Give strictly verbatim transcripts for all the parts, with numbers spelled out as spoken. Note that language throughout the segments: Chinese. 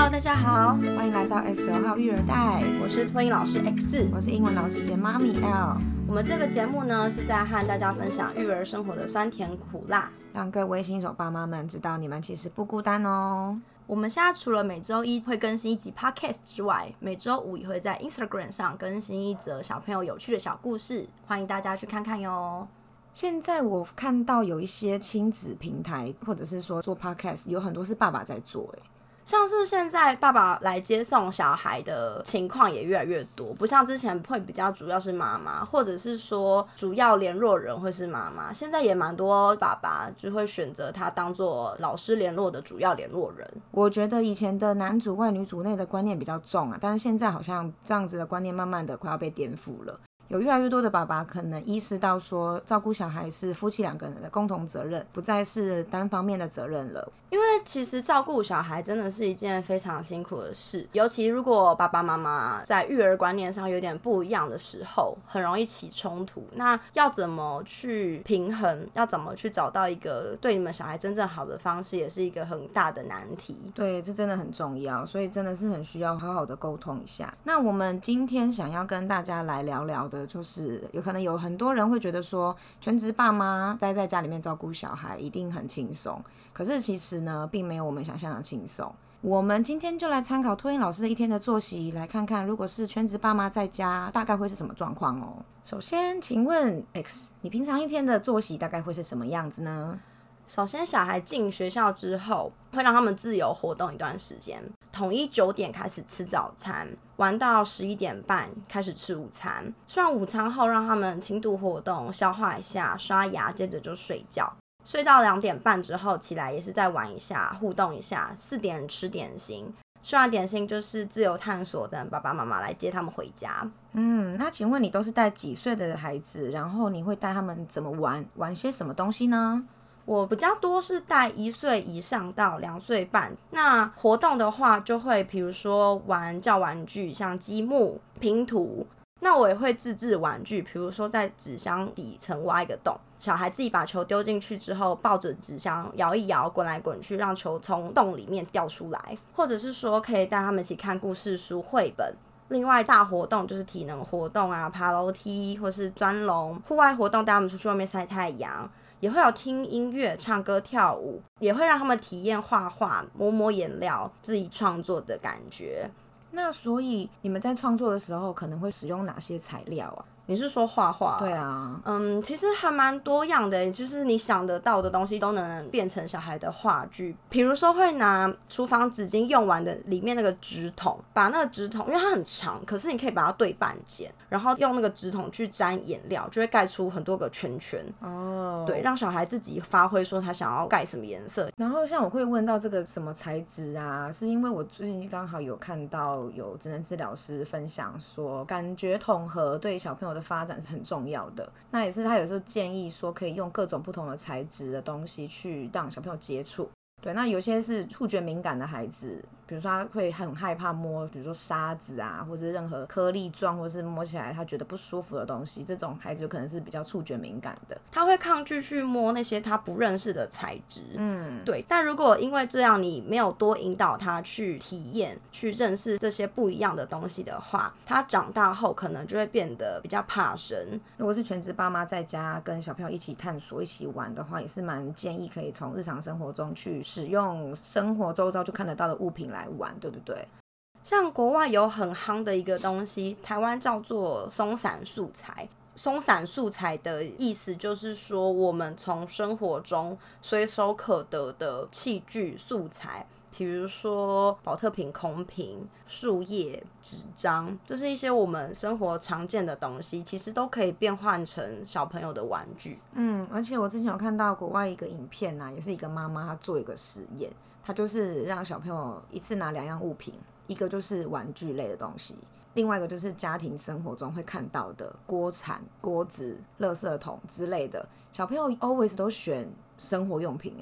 Hello， 大家好， 欢迎来到 X 二号育儿袋， 我是托婴老师 X， 我是英文老师兼妈咪 L。 我们这个节目呢是在和大家分享育儿生活的酸甜苦辣， 让各位新手爸妈们知道你们其实不孤单哦。 我们现在除了每周一会更新一集 Podcast 之外，每周五也会在 Instagram 上更新一则小朋友有趣的小故事，欢迎大家去看看哟。 现在我看到有一些亲子平台，或者是说做 Podcast， 有很多是爸爸在做耶， 像是现在爸爸来接送小孩的情况也越来越多，不像之前会比较主要是妈妈，或者是说主要联络人会是妈妈，现在也蛮多爸爸就会选择他当做老师联络的主要联络人。 我觉得以前的男主外女主内的观念比较重啊，但是现在好像这样子的观念慢慢的快要被颠覆了。有越来越多的爸爸可能意识到说，照顾小孩是夫妻两个人的共同责任，不再是单方面的责任了。 因为其实照顾小孩真的是一件非常辛苦的事，尤其如果爸爸妈妈在育儿观念上有点不一样的时候，很容易起冲突。那要怎么去平衡，要怎么去找到一个对你们小孩真正好的方式，也是一个很大的难题。 对，这真的很重要，所以真的是很需要好好的沟通一下。那我们今天想要跟大家来聊聊的就是有可能有很多人会觉得说，全职爸妈待在家里面照顾小孩一定很轻松，可是其实呢并没有我们想象的轻松。我们今天就来参考托婴老师的一天的作息，来看看如果是全职爸妈在家大概会是什么状况哦。首先请问 X， 你平常一天的作息大概会是什么样子呢？ 首先小孩进学校之后会让他们自由活动一段时间，统一九点开始吃早餐，玩到十一点半开始吃午餐，吃完午餐后让他们轻度活动消化一下，刷牙，接着就睡觉，睡到两点半之后起来也是再玩一下，互动一下，四点吃点心，吃完点心就是自由探索，等爸爸妈妈来接他们回家。 嗯，那请问你都是带几岁的孩子，然后你会带他们怎么玩，玩些什么东西呢？ 我比较多是带一岁以上到两岁半，那活动的话就会比如说玩教玩具，像积木、拼图，那我也会自制玩具，比如说在纸箱底层挖一个洞，小孩自己把球丢进去之后，抱着纸箱摇一摇，滚来滚去，让球从洞里面掉出来，或者是说可以带他们一起看故事书、绘本。另外大活动就是体能活动啊，爬楼梯或是钻笼，户外活动带他们出去外面晒太阳，也会有听音乐、唱歌、跳舞，也会让他们体验画画、摸摸颜料、自己创作的感觉。 那所以你们在创作的时候可能会使用哪些材料啊？ 你是说画画？ 对啊， 嗯，其实还蛮多样的，就是你想得到的东西都能变成小孩的话剧。比如说会拿厨房纸巾用完的里面那个纸筒，把那个纸筒，因为它很长，可是你可以把它对半剪，然后用那个纸筒去沾颜料，就会盖出很多个圈圈。 哦， 对，让小孩自己发挥说他想要盖什么颜色。 然后像我会问到这个什么材质啊，是因为我最近刚好有看到有职能治疗师分享说，感觉统合对小朋友的发展是很重要的。那也是他有时候建议说，可以用各种不同的材质的东西去让小朋友接触。对，那有些是触觉敏感的孩子，比如说他会很害怕摸，比如说沙子啊，或是任何颗粒状，或是摸起来他觉得不舒服的东西，这种孩子有可能是比较触觉敏感的， 他会抗拒去摸那些他不认识的材质。 嗯， 对。但如果因为这样你没有多引导他去体验、去认识这些不一样的东西的话，他长大后可能就会变得比较怕生。 如果是全职爸妈在家跟小朋友一起探索、一起玩的话，也是蛮建议可以从日常生活中去使用生活周遭就看得到的物品来玩，对不对？ 像国外有很夯的一个东西，台湾叫做松散素材。松散素材的意思就是说，我们从生活中随手可得的器具素材，比如说保特瓶、空瓶、树叶、纸张，就是一些我们生活常见的东西，其实都可以变换成小朋友的玩具。 嗯，而且我之前有看到国外一个影片啊，也是一个妈妈她做一个实验，她就是让小朋友一次拿两样物品，一个就是玩具类的东西，另外一个就是家庭生活中会看到的锅铲、锅子、垃圾桶之类的，小朋友 always 都选生活用品耶。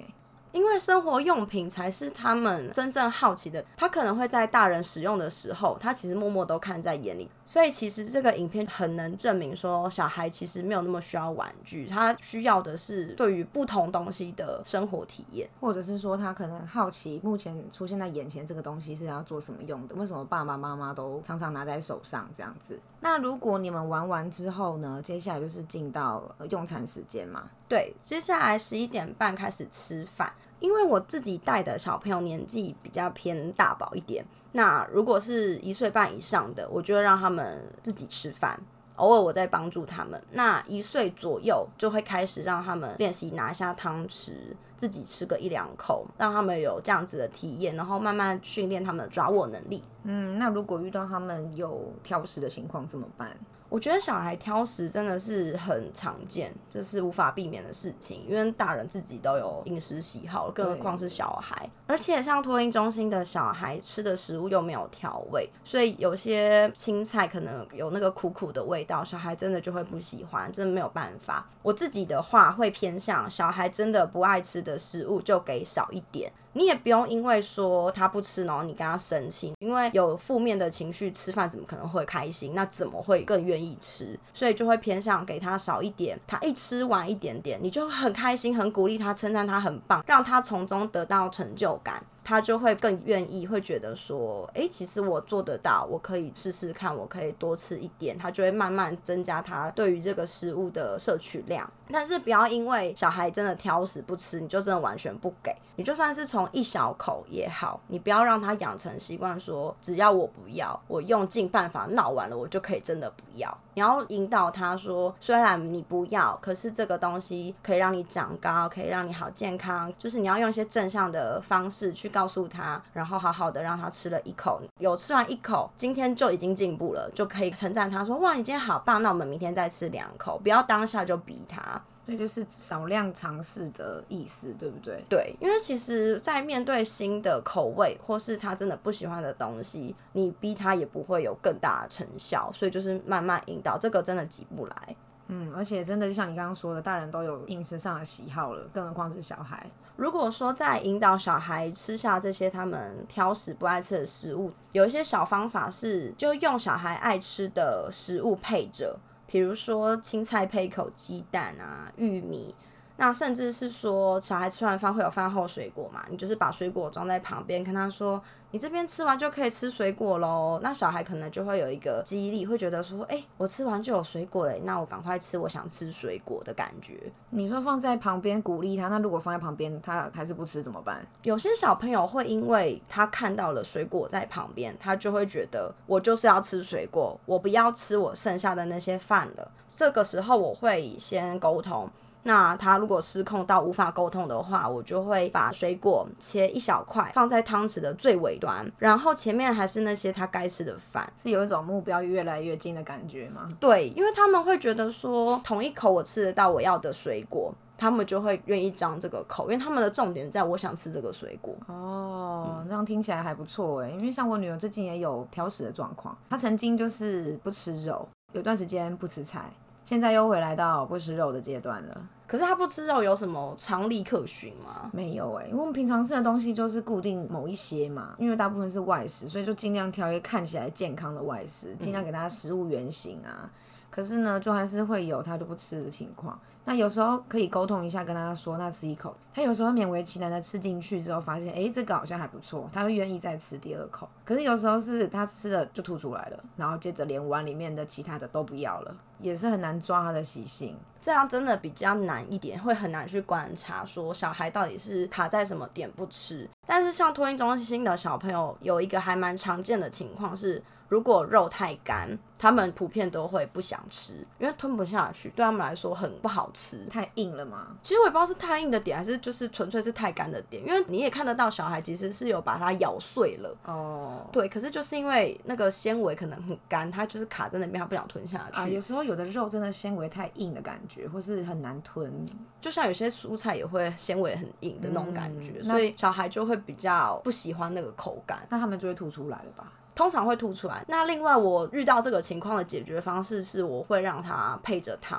因为生活用品才是他们真正好奇的，他可能会在大人使用的时候，他其实默默都看在眼里。所以其实这个影片很能证明说，小孩其实没有那么需要玩具，他需要的是对于不同东西的生活体验， 或者是说他可能好奇目前出现在眼前这个东西是要做什么用的，为什么爸爸妈妈都常常拿在手上这样子。那如果你们玩完之后呢，接下来就是进到用餐时间嘛？ 对，接下来十一点半开始吃饭。因为我自己带的小朋友年纪比较偏大宝一点，那如果是一岁半以上的，我就会让他们自己吃饭，偶尔我再帮助他们。那一岁左右就会开始让他们练习拿一下汤匙，自己吃个一两口，让他们有这样子的体验，然后慢慢训练他们的抓握能力。 嗯，那如果遇到他们有挑食的情况怎么办？ 我觉得小孩挑食真的是很常见，这是无法避免的事情，因为大人自己都有饮食喜好，更何况是小孩。而且像托婴中心的小孩吃的食物又没有调味，所以有些青菜可能有那个苦苦的味道，小孩真的就会不喜欢，真的没有办法。我自己的话会偏向小孩真的不爱吃的食物就给少一点，你也不用因为说他不吃然后你跟他生气，因为有负面的情绪吃饭怎么可能会开心，那怎么会更愿意吃，所以就会偏向给他少一点，他一吃完一点点你就很开心，很鼓励他，称赞他很棒，让他从中得到成就感，他就会更愿意，会觉得说诶其实我做得到，我可以试试看，我可以多吃一点，他就会慢慢增加他对于这个食物的摄取量。但是不要因为小孩真的挑食不吃，你就真的完全不给，你就算是从一小口也好，你不要让他养成习惯说只要我不要，我用尽办法闹完了我就可以真的不要。你要引导他说虽然你不要，可是这个东西可以让你长高，可以让你好健康，就是你要用一些正向的方式去告诉他，然后好好的让他吃了一口，有吃完一口今天就已经进步了，就可以称赞他说哇你今天好棒，那我们明天再吃两口，不要当下就逼他。 所以就是少量尝试的意思，对不对？ 对，因为其实在面对新的口味或是他真的不喜欢的东西，你逼他也不会有更大的成效，所以就是慢慢引导，这个真的急不来。 嗯，而且真的就像你刚刚说的，大人都有饮食上的喜好了，更何况是小孩。 如果说在引导小孩吃下这些他们挑食不爱吃的食物，有一些小方法是就用小孩爱吃的食物配着，比如说青菜配一口鸡蛋啊，玉米，那甚至是说小孩吃完饭会有饭后水果嘛，你就是把水果装在旁边，跟他说你这边吃完就可以吃水果咯，那小孩可能就会有一个激励，会觉得说诶我吃完就有水果了，那我赶快吃我想吃水果的感觉。 你说放在旁边鼓励他，那如果放在旁边他还是不吃怎么办？ 有些小朋友会因为他看到了水果在旁边，他就会觉得我就是要吃水果，我不要吃我剩下的那些饭了。这个时候我会先沟通，那他如果失控到无法沟通的话，我就会把水果切一小块放在汤匙的最尾端，然后前面还是那些他该吃的饭， 是有一种目标越来越近的感觉吗？ 对，因为他们会觉得说同一口我吃得到我要的水果，他们就会愿意张这个口，因为他们的重点在我想吃这个水果。 哦，嗯、这样听起来还不错哎，因为像我女儿最近也有挑食的状况，她曾经就是不吃肉，有段时间不吃菜，现在又回来到不吃肉的阶段了。 可是他不吃肉有什么常理可循吗？ 没有哎、欸，因为我们平常吃的东西就是固定某一些嘛，因为大部分是外食，所以就尽量挑一些看起来健康的外食，尽量给他食物原型啊。可是呢，就还是会有他就不吃的情况。那有时候可以沟通一下，跟他说，那吃一口。他有时候勉为其难的吃进去之后，发现哎、欸，这个好像还不错，他会愿意再吃第二口。可是有时候是他吃了就吐出来了，然后接着连碗里面的其他的都不要了，也是很难抓他的习性。 这样真的比较难一点，会很难去观察说小孩到底是卡在什么点不吃。但是像托婴中心的小朋友有一个还蛮常见的情况是，如果肉太干，他们普遍都会不想吃，因为吞不下去，对他们来说很不好吃。 太硬了吗？ 其实我也不知道是太硬的点，还是就是纯粹是太干的点，因为你也看得到小孩其实是有把它咬碎了。 哦， 对，可是就是因为那个纤维可能很干，它就是卡在那边，它不想吞下去。 啊，有时候有的肉真的纤维太硬的感觉，或是很难吞， 就像有些蔬菜也会纤维很硬的那种感觉， 嗯、 所以小孩就会比较不喜欢那个口感， 那他们就会吐出来了吧？ 通常会吐出来。那另外我遇到这个情况的解决方式是，我会让他配着汤。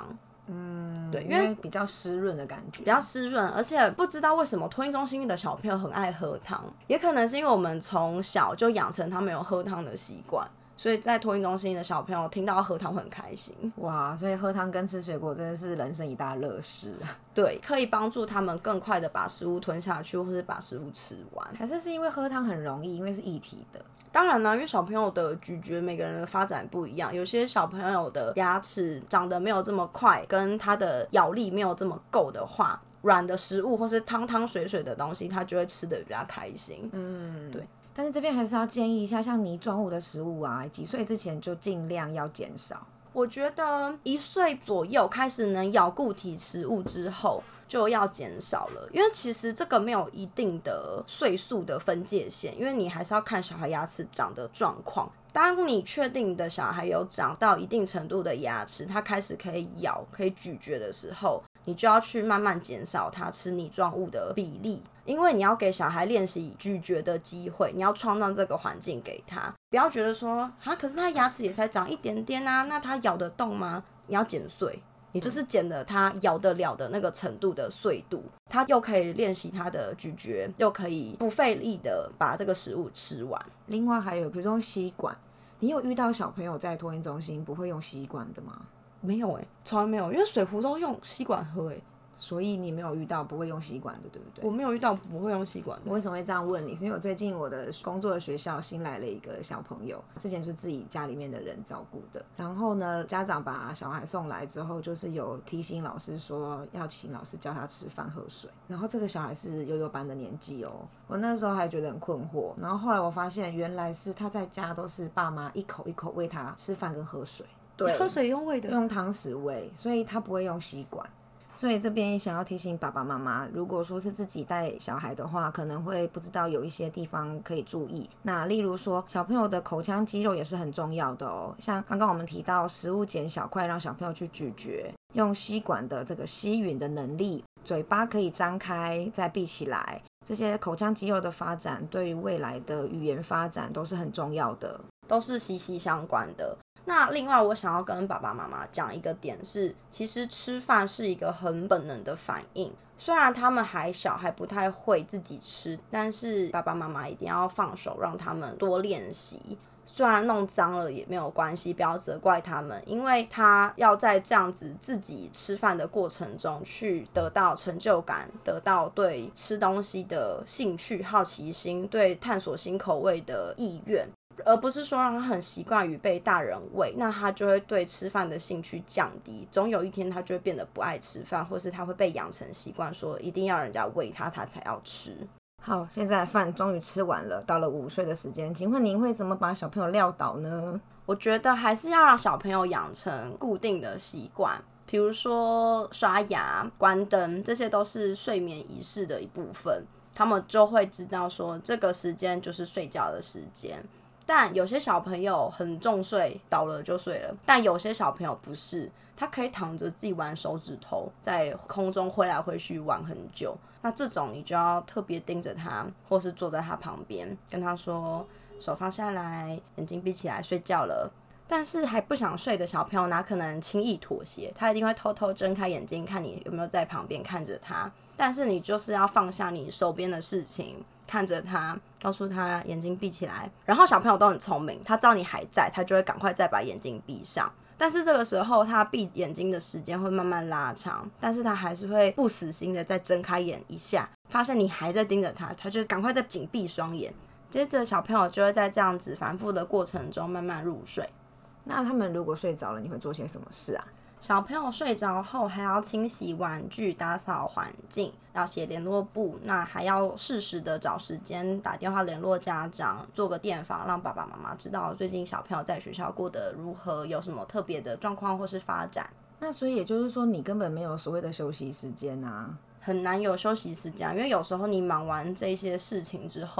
嗯， 对，因因为为比较湿润的感觉， 比较湿润，而且不知道为什么托婴中心的小朋友很爱喝汤，也可能是因为我们从小就养成他们有喝汤的习惯，所以在托婴中心的小朋友听到喝汤会很开心。 哇，所以喝汤跟吃水果真的是人生一大乐事。 对，可以帮助他们更快的把食物吞下去，或是把食物吃完。 还是是因为喝汤很容易，因为是液体的。 当然呢，因为小朋友的咀嚼每个人的发展不一样，有些小朋友的牙齿长得没有这么快，跟他的咬力没有这么够的话，软的食物或是汤汤水水的东西，他就会吃得比较开心。 嗯， 对。 但是这边还是要建议一下，像泥状物的食物啊，几岁之前就尽量要减少。 我觉得一岁左右开始能咬固体食物之后，就要减少了，因为其实这个没有一定的岁数的分界线，因为你还是要看小孩牙齿长的状况。当你确定你的小孩有长到一定程度的牙齿，他开始可以咬、可以咀嚼的时候，你就要去慢慢减少他吃泥状物的比例，因为你要给小孩练习咀嚼的机会，你要创造这个环境给他，不要觉得说啊，可是他牙齿也才长一点点啊，那他咬得动吗？你要减碎。也就是减了他咬得了的那个程度的碎度，他又可以练习他的咀嚼，又可以不费力的把这个食物吃完。 另外还有比如说吸管，你有遇到小朋友在托婴中心不会用吸管的吗？ 没有哎、欸，从来没有，因为水壶都用吸管喝哎、欸。 所以你没有遇到不会用吸管的，对不对？ 我没有遇到不会用吸管的。 我为什么会这样问你？是因为我最近我的工作的学校新来了一个小朋友，之前是自己家里面的人照顾的。然后呢，家长把小孩送来之后，就是有提醒老师说要请老师教他吃饭喝水。然后这个小孩是幼幼班的年纪哦，我那时候还觉得很困惑。然后后来我发现原来是他在家都是爸妈一口一口喂他吃饭跟喝水。对， 喝水用喂的， 用汤匙喂，所以他不会用吸管。所以这边想要提醒爸爸妈妈，如果说是自己带小孩的话，可能会不知道有一些地方可以注意。那例如说小朋友的口腔肌肉也是很重要的哦，像刚刚我们提到食物剪小块让小朋友去咀嚼，用吸管的这个吸吮的能力，嘴巴可以张开再闭起来，这些口腔肌肉的发展对于未来的语言发展都是很重要的， 都是息息相关的。那另外我想要跟爸爸妈妈讲一个点是，其实吃饭是一个很本能的反应，虽然他们还小还不太会自己吃，但是爸爸妈妈一定要放手让他们多练习，虽然弄脏了也没有关系，不要责怪他们，因为他要在这样子自己吃饭的过程中去得到成就感，得到对吃东西的兴趣、好奇心，对探索新口味的意愿，而不是说让他很习惯于被大人喂，那他就会对吃饭的兴趣降低，总有一天他就会变得不爱吃饭，或是他会被养成习惯说一定要人家喂他他才要吃。 好，现在饭终于吃完了，到了午睡的时间，请问您会怎么把小朋友撂倒呢？ 我觉得还是要让小朋友养成固定的习惯，比如说刷牙、关灯，这些都是睡眠仪式的一部分，他们就会知道说这个时间就是睡觉的时间。但有些小朋友很重睡，倒了就睡了，但有些小朋友不是，他可以躺着自己玩手指头，在空中挥来挥去玩很久，那这种你就要特别盯着他，或是坐在他旁边跟他说手放下来，眼睛闭起来，睡觉了。但是还不想睡的小朋友哪可能轻易妥协，他一定会偷偷睁开眼睛看你有没有在旁边看着他，但是你就是要放下你手边的事情，看着他，告诉他眼睛闭起来，然后小朋友都很聪明，他知道你还在，他就会赶快再把眼睛闭上，但是这个时候他闭眼睛的时间会慢慢拉长，但是他还是会不死心的再睁开眼一下，发现你还在盯着他，他就赶快再紧闭双眼，接着小朋友就会在这样子反复的过程中慢慢入睡。 那他们如果睡着了，你会做些什么事啊？ 小朋友睡着后还要清洗玩具、打扫环境，要写联络簿，那还要适时的找时间打电话联络家长，做个电访，让爸爸妈妈知道最近小朋友在学校过得如何，有什么特别的状况或是发展。 那所以也就是说你根本没有所谓的休息时间啊， 很难有休息时间，因为有时候你忙完这些事情之后，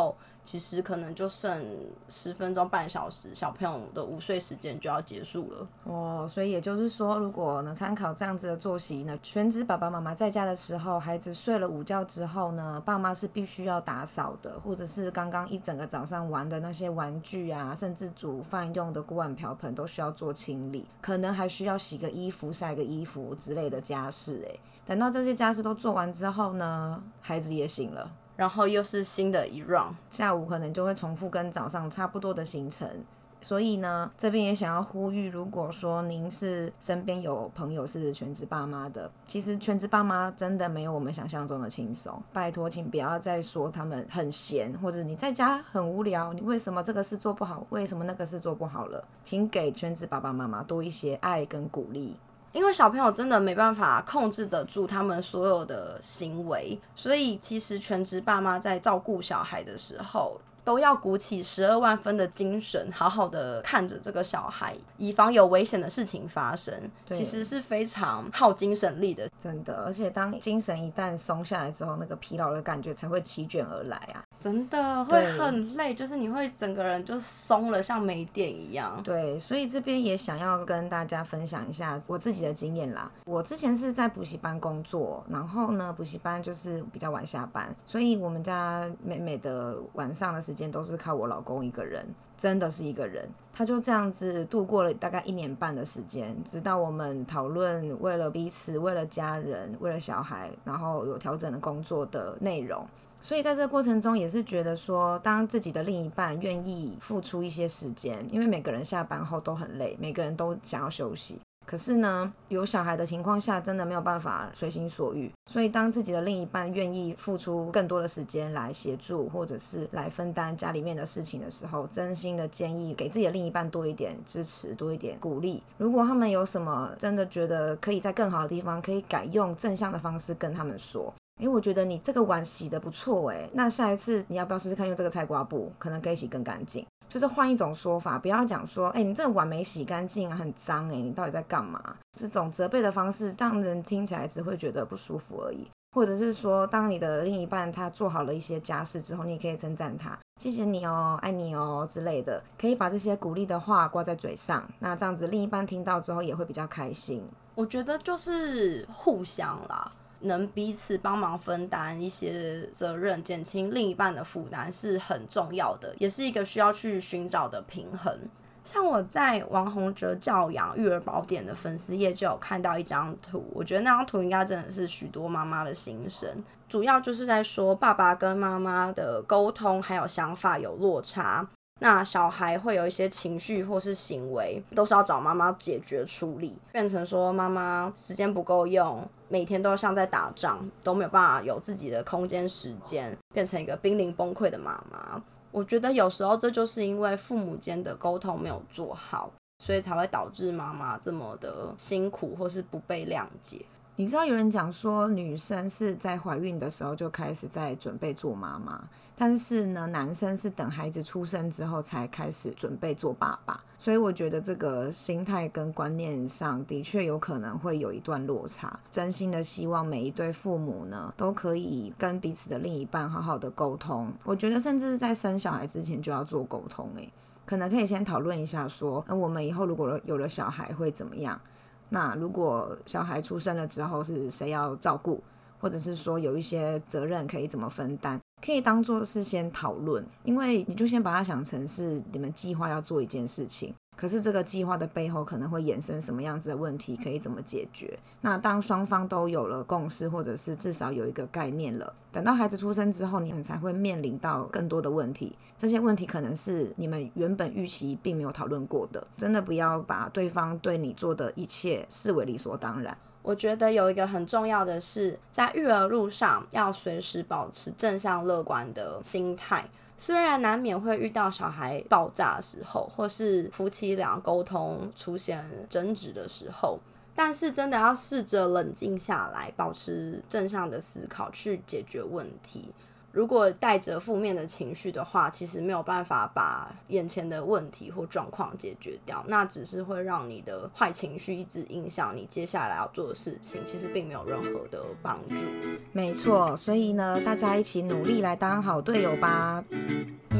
其实可能就剩十分钟半小时，小朋友的午睡时间就要结束了哦。所以也就是说，如果呢参考这样子的作息呢，全职爸爸妈妈在家的时候，孩子睡了午觉之后呢，爸妈是必须要打扫的，或者是刚刚一整个早上玩的那些玩具啊，甚至煮饭用的锅碗瓢盆都需要做清理，可能还需要洗个衣服晒个衣服之类的家事。诶，等到这些家事都做完之后呢，孩子也醒了， 然后又是新的一 round， 下午可能就会重复跟早上差不多的行程。所以呢，这边也想要呼吁，如果说您是身边有朋友是全职爸妈的，其实全职爸妈真的没有我们想象中的轻松。拜托，请不要再说他们很闲，或者你在家很无聊，你为什么这个事做不好，为什么那个事做不好了？请给全职爸爸妈妈多一些爱跟鼓励。 因为小朋友真的没办法控制得住他们所有的行为，所以其实全职爸妈在照顾小孩的时候都要鼓起十二万分的精神，好好的看着这个小孩，以防有危险的事情发生。其实是非常耗精神力的， 真的。而且当精神一旦松下来之后，那个疲劳的感觉才会席卷而来啊， 真的会很累，就是你会整个人就松了，像没电一样。 对，所以这边也想要跟大家分享一下我自己的经验啦。我之前是在补习班工作，然后呢，补习班就是比较晚下班，所以我们家妹妹的晚上的时间都是靠我老公一个人，真的是一个人。他就这样子度过了大概一年半的时间，直到我们讨论为了彼此、为了家人、为了小孩，然后有调整了工作的内容。所以在这个过程中也是觉得说，当自己的另一半愿意付出一些时间，因为每个人下班后都很累，每个人都想要休息，可是呢，有小孩的情况下真的没有办法随心所欲，所以当自己的另一半愿意付出更多的时间来协助，或者是来分担家里面的事情的时候，真心的建议给自己的另一半多一点支持，多一点鼓励。如果他们有什么真的觉得可以在更好的地方，可以改用正向的方式跟他们说，因为我觉得你这个碗洗得不错诶，那下一次你要不要试试看用这个菜瓜布，可能可以洗更干净。就是换一种说法，不要讲说哎、欸，你这个碗没洗干净啊，很脏哎、欸，你到底在干嘛？这种责备的方式让人听起来只会觉得不舒服而已。或者是说，当你的另一半他做好了一些家事之后，你也可以称赞他，谢谢你哦，爱你哦之类的，可以把这些鼓励的话挂在嘴上，那这样子另一半听到之后也会比较开心。 我觉得就是互相啦，能彼此帮忙分担一些责任，减轻另一半的负担是很重要的，也是一个需要去寻找的平衡。像我在王洪哲教养育儿宝典的粉丝页就有看到一张图，我觉得那张图应该真的是许多妈妈的心声，主要就是在说爸爸跟妈妈的沟通还有想法有落差，那小孩会有一些情绪或是行为都是要找妈妈解决处理，变成说妈妈时间不够用，每天都像在打仗，都没有办法有自己的空间时间，变成一个濒临崩溃的妈妈。我觉得有时候这就是因为父母间的沟通没有做好，所以才会导致妈妈这么的辛苦或是不被谅解。 你知道有人讲说女生是在怀孕的时候就开始在准备做妈妈，但是呢男生是等孩子出生之后才开始准备做爸爸，所以我觉得这个心态跟观念上的确有可能会有一段落差。真心的希望每一对父母呢都可以跟彼此的另一半好好的沟通，我觉得甚至是在生小孩之前就要做沟通耶，可能可以先讨论一下说我们以后如果有了小孩会怎么样，那如果小孩出生了之后是谁要照顾，或者是说有一些责任可以怎么分担，可以当作是先讨论，因为你就先把它想成是你们计划要做一件事情，可是这个计划的背后可能会衍生什么样子的问题，可以怎么解决。那当双方都有了共识，或者是至少有一个概念了，等到孩子出生之后，你们才会面临到更多的问题，这些问题可能是你们原本预期并没有讨论过的。真的不要把对方对你做的一切视为理所当然。 我觉得有一个很重要的是，在育儿路上要随时保持正向乐观的心态，虽然难免会遇到小孩爆炸的时候，或是夫妻俩沟通出现争执的时候，但是真的要试着冷静下来，保持正向的思考去解决问题。如果带着负面的情绪的话，其实没有办法把眼前的问题或状况解决掉，那只是会让你的坏情绪一直影响你接下来要做的事情，其实并没有任何的帮助。 没错，所以呢，大家一起努力来当好队友吧。 以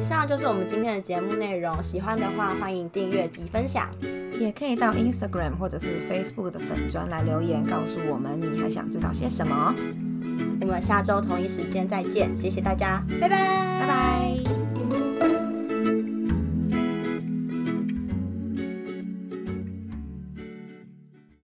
以上就是我们今天的节目内容，喜欢的话欢迎订阅及分享， 也可以到 Instagram 或者是 Facebook 的粉专来留言，告诉我们你还想知道些什么。 我们下周同一时间再见，谢谢大家，拜拜。